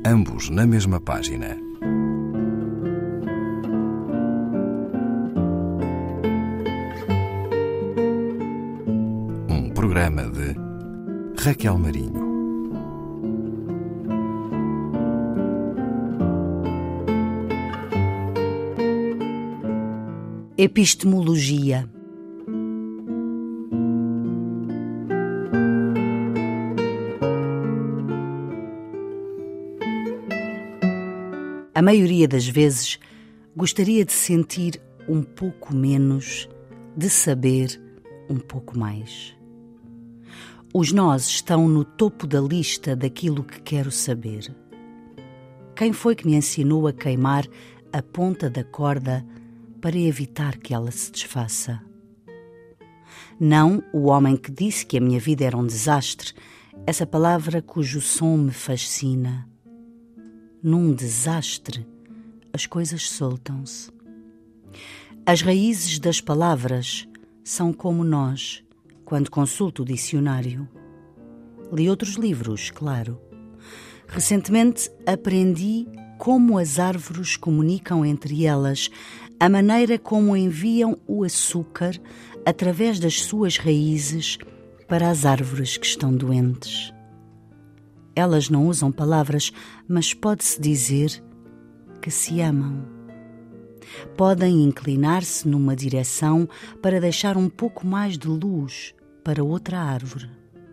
ambos na mesma página. Um programa de Raquel Marinho. Epistemologia. A maioria das vezes gostaria de sentir um pouco menos, de saber um pouco mais. Os nós estão no topo da lista daquilo que quero saber. Quem foi que me ensinou a queimar a ponta da corda para evitar que ela se desfaça? Não o homem que disse que a minha vida era um desastre, essa palavra cujo som me fascina. Num desastre, as coisas soltam-se. As raízes das palavras são como nós, quando consulto o dicionário. Li outros livros, claro. Recentemente aprendi como as árvores comunicam entre elas, a maneira como enviam o açúcar através das suas raízes para as árvores que estão doentes. Elas não usam palavras, mas pode-se dizer que se amam. Podem inclinar-se numa direção para deixar um pouco mais de luz para outra árvore.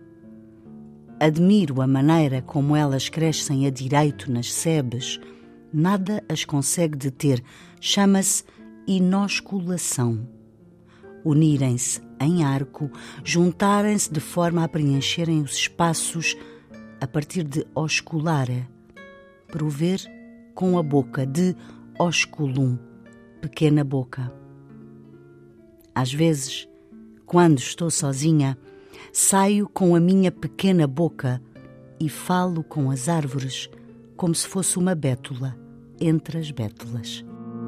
Admiro a maneira como elas crescem a direito nas sebes. Nada as consegue deter. Chama-se inosculação. Unirem-se em arco, juntarem-se de forma a preencherem os espaços a partir de osculare, prover com a boca, de osculum, pequena boca. Às vezes, quando estou sozinha, saio com a minha pequena boca e falo com as árvores como se fosse uma bétula entre as bétulas.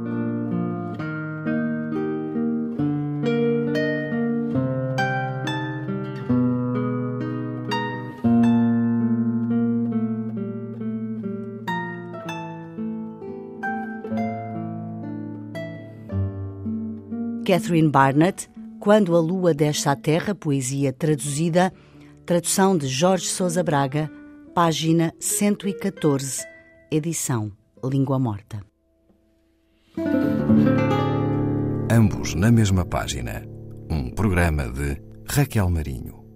Catherine Barnett, Quando a Lua Desce à Terra, poesia traduzida, tradução de Jorge Sousa Braga, página 114, edição Língua Morta. Ambos na mesma página. Um programa de Raquel Marinho.